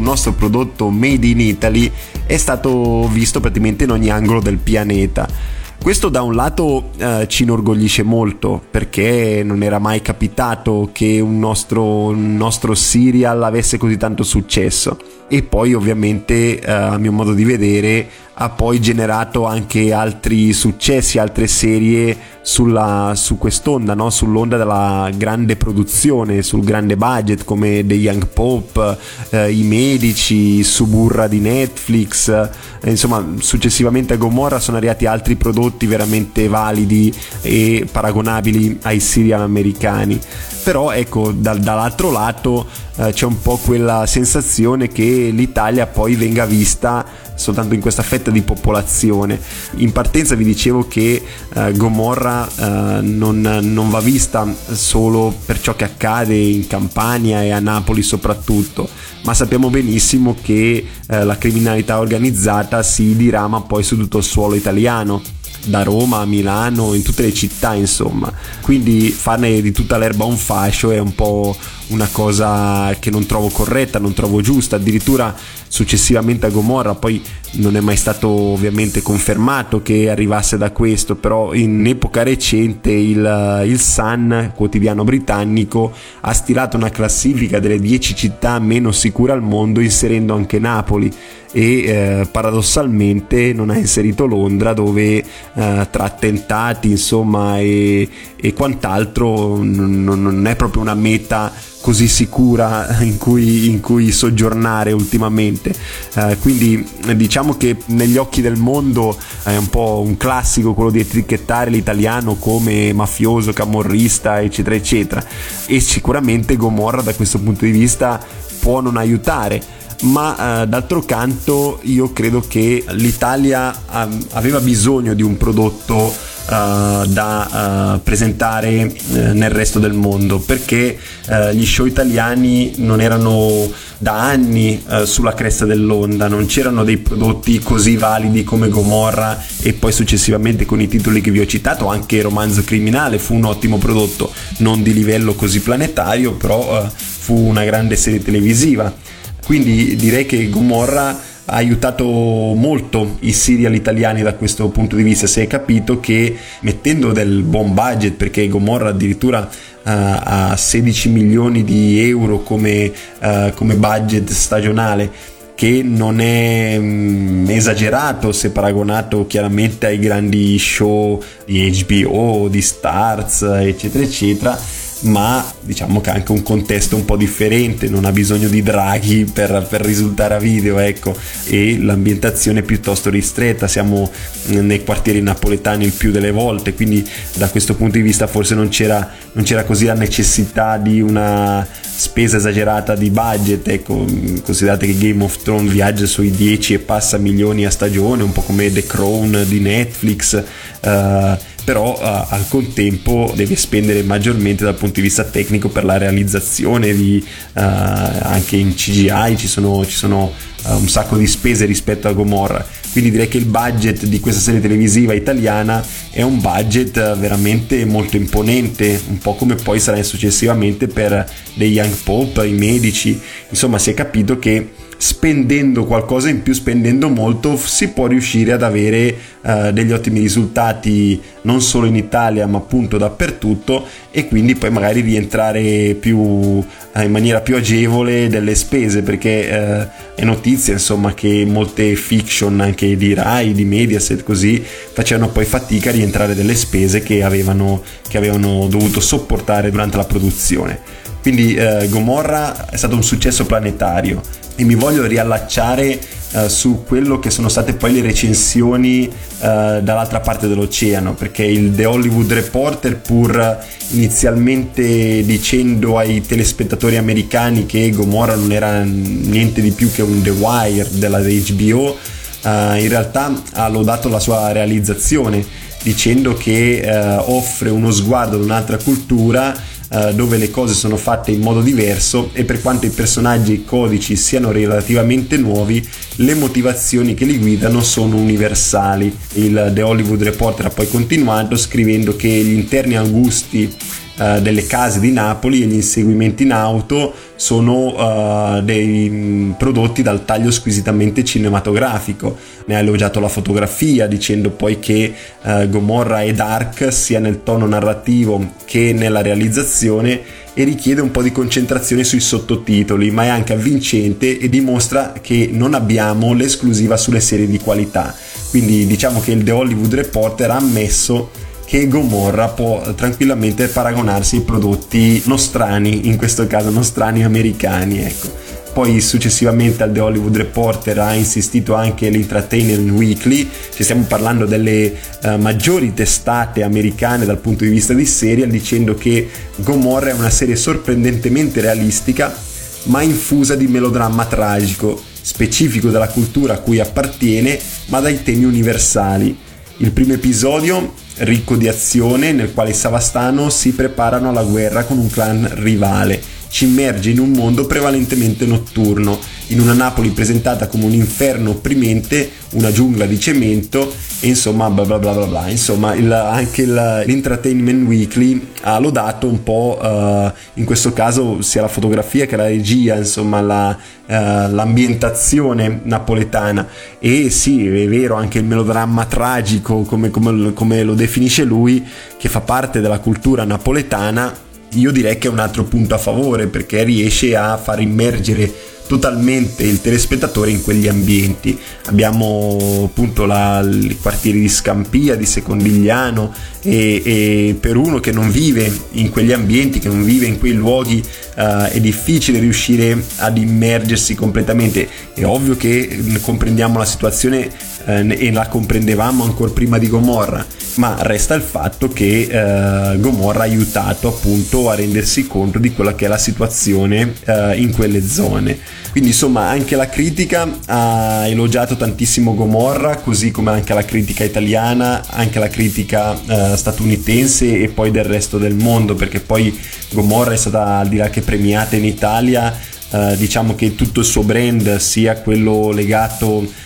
prodotto made in Italy è stato visto praticamente in ogni angolo del pianeta. Questo da un lato ci inorgoglisce molto, perché non era mai capitato che un nostro serial avesse così tanto successo, e poi ovviamente a mio modo di vedere ha poi generato anche altri successi, altre serie su quest'onda, no? Sull'onda della grande produzione, sul grande budget, come The Young Pope, I Medici, Suburra di Netflix, insomma successivamente a Gomorra sono arrivati altri prodotti veramente validi e paragonabili ai serial americani. Però ecco, dall'altro lato c'è un po' quella sensazione che l'Italia poi venga vista soltanto in questa fetta di popolazione. In partenza vi dicevo che Gomorra non va vista solo per ciò che accade in Campania e a Napoli soprattutto, ma sappiamo benissimo che la criminalità organizzata si dirama poi su tutto il suolo italiano, da Roma a Milano, in tutte le città insomma. Quindi farne di tutta l'erba un fascio è un po' una cosa che non trovo corretta, non trovo giusta. Addirittura successivamente a Gomorra, poi non è mai stato ovviamente confermato che arrivasse da questo, però in epoca recente il Sun, quotidiano britannico, ha stilato una classifica delle 10 città meno sicure al mondo, inserendo anche Napoli, e paradossalmente non ha inserito Londra, dove tra attentati insomma e quant'altro non è proprio una meta così sicura in cui soggiornare ultimamente. Quindi diciamo che negli occhi del mondo è un po' un classico quello di etichettare l'italiano come mafioso, camorrista, eccetera eccetera, e sicuramente Gomorra da questo punto di vista può non aiutare. Ma d'altro canto io credo che l'Italia aveva bisogno di un prodotto da presentare nel resto del mondo, perché gli show italiani non erano da anni sulla cresta dell'onda, non c'erano dei prodotti così validi come Gomorra, e poi successivamente con i titoli che vi ho citato anche Romanzo Criminale fu un ottimo prodotto, non di livello così planetario, però fu una grande serie televisiva. Quindi direi che Gomorra ha aiutato molto i serial italiani da questo punto di vista. Si è capito che mettendo del buon budget, perché Gomorra addirittura ha 16 milioni di euro come budget stagionale, che non è esagerato se paragonato chiaramente ai grandi show di HBO, di Starz, eccetera eccetera, ma diciamo che ha anche un contesto un po' differente, non ha bisogno di draghi per risultare a video, ecco, e l'ambientazione è piuttosto ristretta, siamo nei quartieri napoletani il più delle volte, quindi da questo punto di vista forse non c'era così la necessità di una spesa esagerata di budget, ecco. Considerate che Game of Thrones viaggia sui 10 e passa milioni a stagione, un po' come The Crown di Netflix, però al contempo deve spendere maggiormente dal punto di vista tecnico per la realizzazione anche in CGI ci sono un sacco di spese rispetto a Gomorra. Quindi direi che il budget di questa serie televisiva italiana è un budget veramente molto imponente, un po' come poi sarà successivamente per The Young Pope, I Medici. Insomma, si è capito che spendendo qualcosa in più, spendendo molto, si può riuscire ad avere degli ottimi risultati non solo in Italia ma appunto dappertutto, e quindi poi magari rientrare in maniera più agevole delle spese, perché è notizia insomma che molte fiction anche di Rai, di Mediaset così, facevano poi fatica a rientrare delle spese che avevano dovuto sopportare durante la produzione. Quindi Gomorra è stato un successo planetario, e mi voglio riallacciare su quello che sono state poi le recensioni dall'altra parte dell'oceano, perché il The Hollywood Reporter, pur inizialmente dicendo ai telespettatori americani che Gomorra non era niente di più che un The Wire della HBO, in realtà ha lodato la sua realizzazione, dicendo che offre uno sguardo ad un'altra cultura, dove le cose sono fatte in modo diverso, e per quanto i personaggi e i codici siano relativamente nuovi, le motivazioni che li guidano sono universali. Il The Hollywood Reporter ha poi continuato scrivendo che gli interni angusti delle case di Napoli, e gli inseguimenti in auto sono dei prodotti dal taglio squisitamente cinematografico. Ne ha elogiato la fotografia, dicendo poi che Gomorra è dark sia nel tono narrativo che nella realizzazione, e richiede un po' di concentrazione sui sottotitoli, ma è anche avvincente e dimostra che non abbiamo l'esclusiva sulle serie di qualità. Quindi diciamo che il The Hollywood Reporter ha ammesso che Gomorra può tranquillamente paragonarsi ai prodotti nostrani, in questo caso nostrani americani, ecco. Poi successivamente al The Hollywood Reporter ha insistito anche l'Entertainment Weekly, ci stiamo parlando delle maggiori testate americane dal punto di vista di serial, dicendo che Gomorra è una serie sorprendentemente realistica ma infusa di melodramma tragico, specifico della cultura a cui appartiene ma dai temi universali. Il primo episodio, ricco di azione, nel quale i Savastano si preparano alla guerra con un clan rivale, ci immerge in un mondo prevalentemente notturno, in una Napoli presentata come un inferno opprimente, una giungla di cemento, e insomma bla bla bla bla bla. Insomma anche l'Entertainment Weekly ha lodato un po' in questo caso sia la fotografia che la regia, insomma l'ambientazione napoletana. E sì, è vero, anche il melodramma tragico come lo definisce lui, che fa parte della cultura napoletana, io direi che è un altro punto a favore, perché riesce a far immergere totalmente il telespettatore in quegli ambienti. Abbiamo appunto i quartieri di Scampia, di Secondigliano, e per uno che non vive in quegli ambienti, che non vive in quei luoghi, è difficile riuscire ad immergersi completamente. È ovvio che comprendiamo la situazione e la comprendevamo ancora prima di Gomorra, ma resta il fatto che Gomorra ha aiutato appunto a rendersi conto di quella che è la situazione in quelle zone. Quindi insomma anche la critica ha elogiato tantissimo Gomorra, così come anche la critica italiana, anche la critica statunitense e poi del resto del mondo, perché poi Gomorra è stata, al di là che premiata in Italia, diciamo che tutto il suo brand, sia quello legato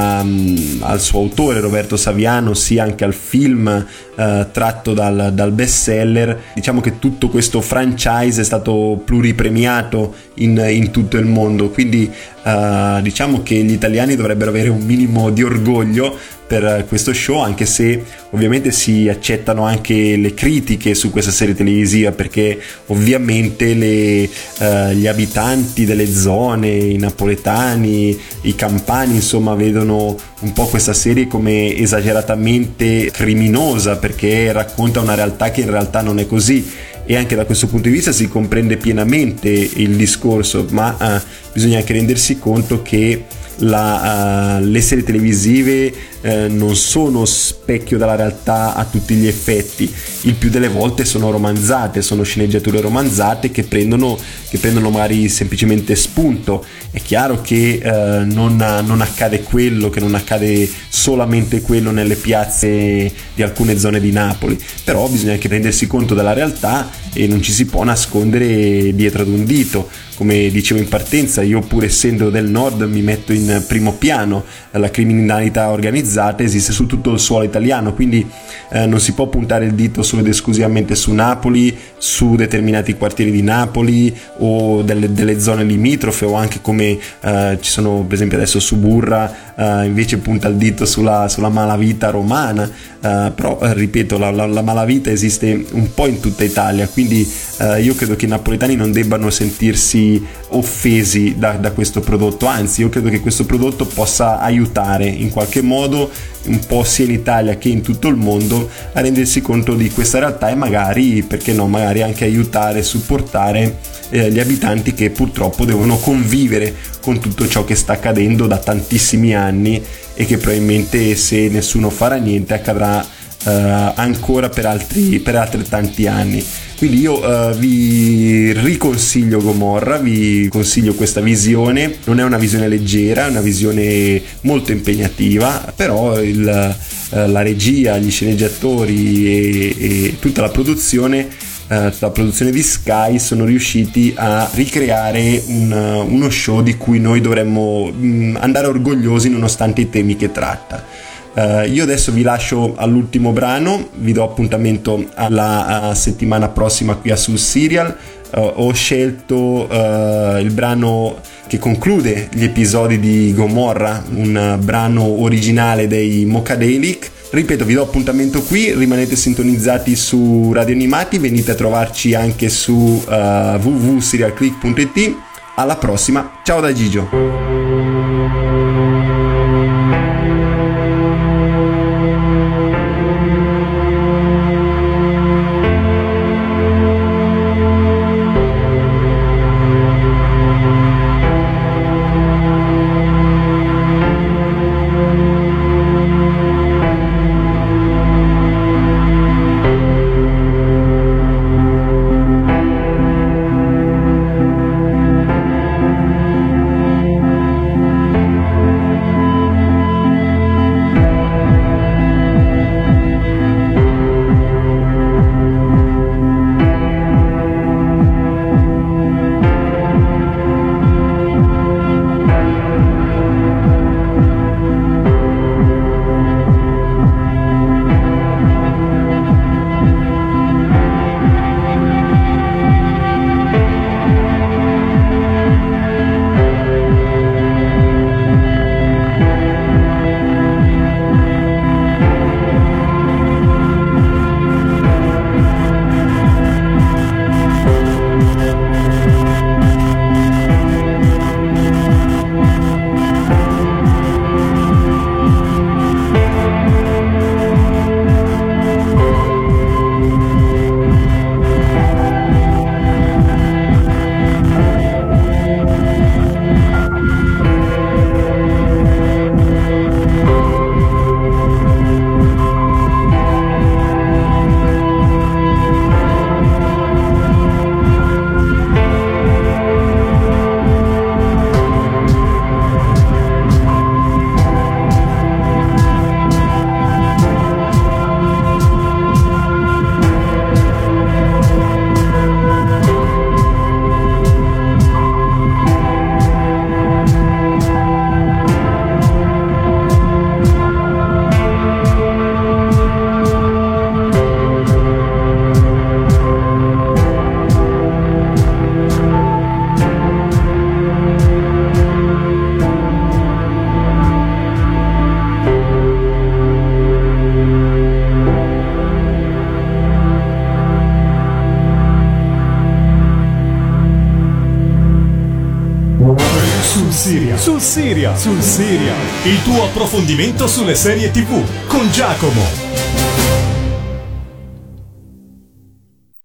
al suo autore Roberto Saviano, sia anche al film tratto dal bestseller, diciamo che tutto questo franchise è stato pluripremiato in tutto il mondo. Quindi diciamo che gli italiani dovrebbero avere un minimo di orgoglio per questo show, anche se ovviamente si accettano anche le critiche su questa serie televisiva, perché ovviamente gli abitanti delle zone, i napoletani, i campani, insomma, vedono un po' questa serie come esageratamente criminosa, perché racconta una realtà che in realtà non è così. E anche da questo punto di vista si comprende pienamente il discorso, ma bisogna anche rendersi conto che le serie televisive non sono specchio della realtà a tutti gli effetti. Il più delle volte sono romanzate, sono sceneggiature romanzate che prendono magari semplicemente spunto. È chiaro che non accade quello, che non accade solamente quello nelle piazze di alcune zone di Napoli, però bisogna anche rendersi conto della realtà e non ci si può nascondere dietro ad un dito. Come dicevo in partenza, io pur essendo del nord mi metto in primo piano. La criminalità organizzata esiste su tutto il suolo italiano, quindi non si può puntare il dito solo ed esclusivamente su Napoli, su determinati quartieri di Napoli o delle zone limitrofe, o anche come ci sono per esempio adesso Suburra invece punta il dito sulla malavita romana, però ripeto, la malavita esiste un po' in tutta Italia, quindi io credo che i napoletani non debbano sentirsi offesi da questo prodotto, anzi io credo che questo prodotto possa aiutare in qualche modo un po' sia in Italia che in tutto il mondo a rendersi conto di questa realtà, e magari, perché no, magari anche aiutare, supportare gli abitanti che purtroppo devono convivere con tutto ciò che sta accadendo da tantissimi anni e che probabilmente, se nessuno farà niente, accadrà ancora per altrettanti anni. Quindi io vi riconsiglio Gomorra, vi consiglio questa visione. Non è una visione leggera, è una visione molto impegnativa, però la regia, gli sceneggiatori e tutta la produzione di Sky sono riusciti a ricreare uno show di cui noi dovremmo andare orgogliosi nonostante i temi che tratta. Io adesso vi lascio all'ultimo brano, vi do appuntamento alla settimana prossima qui a Sul Serial. Ho scelto il brano che conclude gli episodi di Gomorra, un brano originale dei Mocadelic. Ripeto, vi do appuntamento qui, rimanete sintonizzati su Radio Animati, venite a trovarci anche su www.serialclick.it. Alla prossima, ciao da Gigio. Sul Serial, il tuo approfondimento sulle serie TV con Giacomo.